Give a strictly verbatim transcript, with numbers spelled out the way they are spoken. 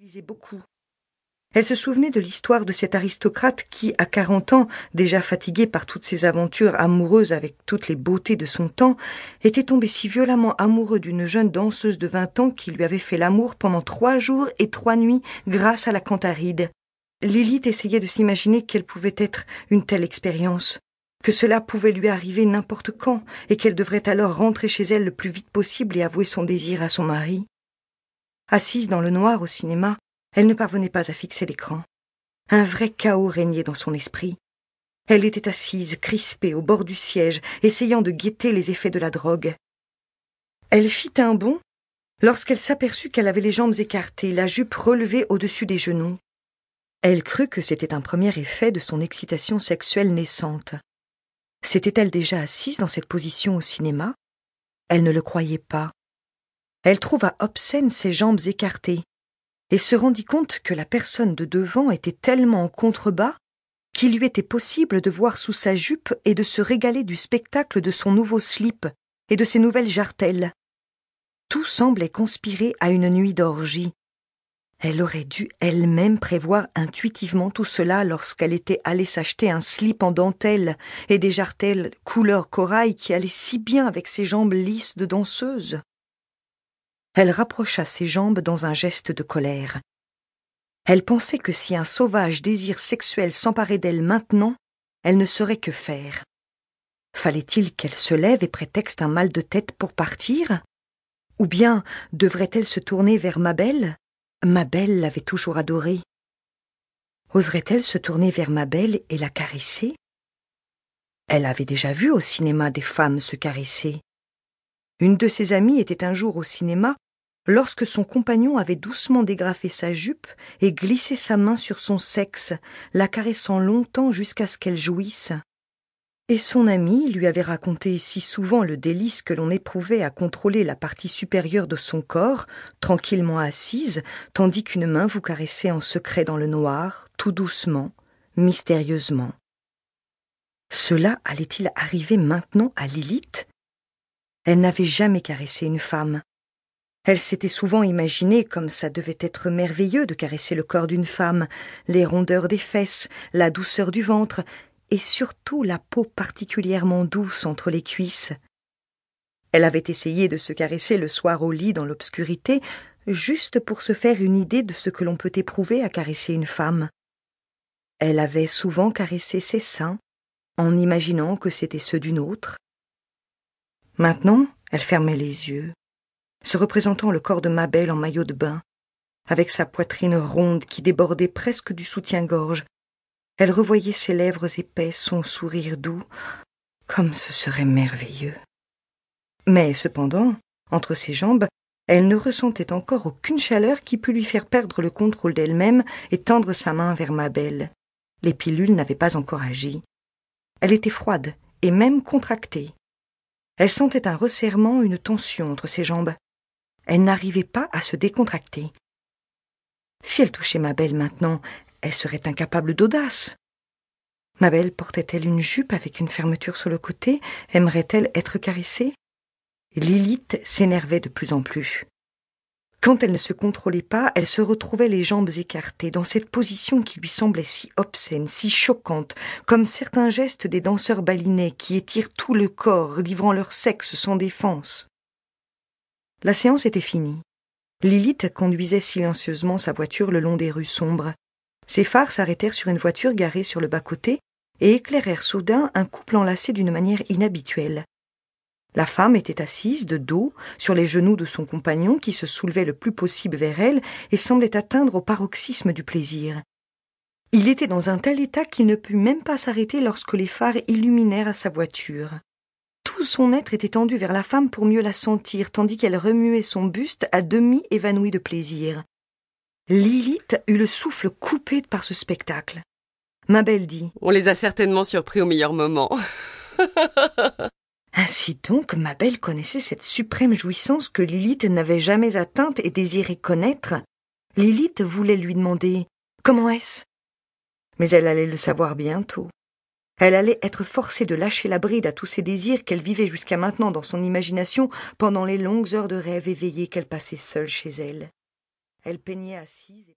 lisait beaucoup. Elle se souvenait de l'histoire de cet aristocrate qui, à quarante ans, déjà fatigué par toutes ses aventures amoureuses avec toutes les beautés de son temps, était tombé si violemment amoureux d'une jeune danseuse de vingt ans qui lui avait fait l'amour pendant trois jours et trois nuits grâce à la cantaride. Lilith essayait de s'imaginer quelle pouvait être une telle expérience, que cela pouvait lui arriver n'importe quand, et qu'elle devrait alors rentrer chez elle le plus vite possible et avouer son désir à son mari. Assise dans le noir au cinéma, elle ne parvenait pas à fixer l'écran. Un vrai chaos régnait dans son esprit. Elle était assise, crispée, au bord du siège, essayant de guetter les effets de la drogue. Elle fit un bond lorsqu'elle s'aperçut qu'elle avait les jambes écartées, la jupe relevée au-dessus des genoux. Elle crut que c'était un premier effet de son excitation sexuelle naissante. S'était-elle déjà assise dans cette position au cinéma? Elle ne le croyait pas. Elle trouva obscène ses jambes écartées et se rendit compte que la personne de devant était tellement en contrebas qu'il lui était possible de voir sous sa jupe et de se régaler du spectacle de son nouveau slip et de ses nouvelles jarretelles. Tout semblait conspirer à une nuit d'orgie. Elle aurait dû elle-même prévoir intuitivement tout cela lorsqu'elle était allée s'acheter un slip en dentelle et des jarretelles couleur corail qui allaient si bien avec ses jambes lisses de danseuse. Elle rapprocha ses jambes dans un geste de colère. Elle pensait que si un sauvage désir sexuel s'emparait d'elle maintenant, elle ne saurait que faire. Fallait-il qu'elle se lève et prétexte un mal de tête pour partir? Ou bien devrait-elle se tourner vers Mabel? Mabel l'avait toujours adorée. Oserait-elle se tourner vers Mabel et la caresser? Elle avait déjà vu au cinéma des femmes se caresser. Une de ses amies était un jour au cinéma lorsque son compagnon avait doucement dégrafé sa jupe et glissé sa main sur son sexe, la caressant longtemps jusqu'à ce qu'elle jouisse. Et son amie lui avait raconté si souvent le délice que l'on éprouvait à contrôler la partie supérieure de son corps, tranquillement assise, tandis qu'une main vous caressait en secret dans le noir, tout doucement, mystérieusement. Cela allait-il arriver maintenant à Lilith? Elle n'avait jamais caressé une femme. Elle s'était souvent imaginé comme ça devait être merveilleux de caresser le corps d'une femme, les rondeurs des fesses, la douceur du ventre, et surtout la peau particulièrement douce entre les cuisses. Elle avait essayé de se caresser le soir au lit dans l'obscurité, juste pour se faire une idée de ce que l'on peut éprouver à caresser une femme. Elle avait souvent caressé ses seins, en imaginant que c'étaient ceux d'une autre. Maintenant, elle fermait les yeux, se représentant le corps de Mabel en maillot de bain, avec sa poitrine ronde qui débordait presque du soutien-gorge. Elle revoyait ses lèvres épaisses, son sourire doux, comme ce serait merveilleux. Mais cependant, entre ses jambes, elle ne ressentait encore aucune chaleur qui pût lui faire perdre le contrôle d'elle-même et tendre sa main vers Mabel. Les pilules n'avaient pas encore agi. Elle était froide et même contractée. Elle sentait un resserrement, une tension entre ses jambes. Elle n'arrivait pas à se décontracter. Si elle touchait Mabel maintenant, elle serait incapable d'audace. Mabel portait-elle une jupe avec une fermeture sur le côté? Aimerait-elle être caressée? Lilith s'énervait de plus en plus. Quand elle ne se contrôlait pas, elle se retrouvait les jambes écartées, dans cette position qui lui semblait si obscène, si choquante, comme certains gestes des danseurs balinais qui étirent tout le corps, livrant leur sexe sans défense. La séance était finie. Lilith conduisait silencieusement sa voiture le long des rues sombres. Ses phares s'arrêtèrent sur une voiture garée sur le bas-côté et éclairèrent soudain un couple enlacé d'une manière inhabituelle. La femme était assise de dos sur les genoux de son compagnon qui se soulevait le plus possible vers elle et semblait atteindre au paroxysme du plaisir. Il était dans un tel état qu'il ne put même pas s'arrêter lorsque les phares illuminèrent sa voiture. Tout son être était tendu vers la femme pour mieux la sentir, tandis qu'elle remuait son buste à demi évanoui de plaisir. Lilith eut le souffle coupé par ce spectacle. Mabel dit « On les a certainement surpris au meilleur moment. » Ainsi donc, Mabel connaissait cette suprême jouissance que Lilith n'avait jamais atteinte et désirait connaître. Lilith voulait lui demander « Comment est-ce ?» Mais elle allait le savoir bientôt. Elle allait être forcée de lâcher la bride à tous ses désirs qu'elle vivait jusqu'à maintenant dans son imagination pendant les longues heures de rêve éveillé qu'elle passait seule chez elle. Elle peignait assise et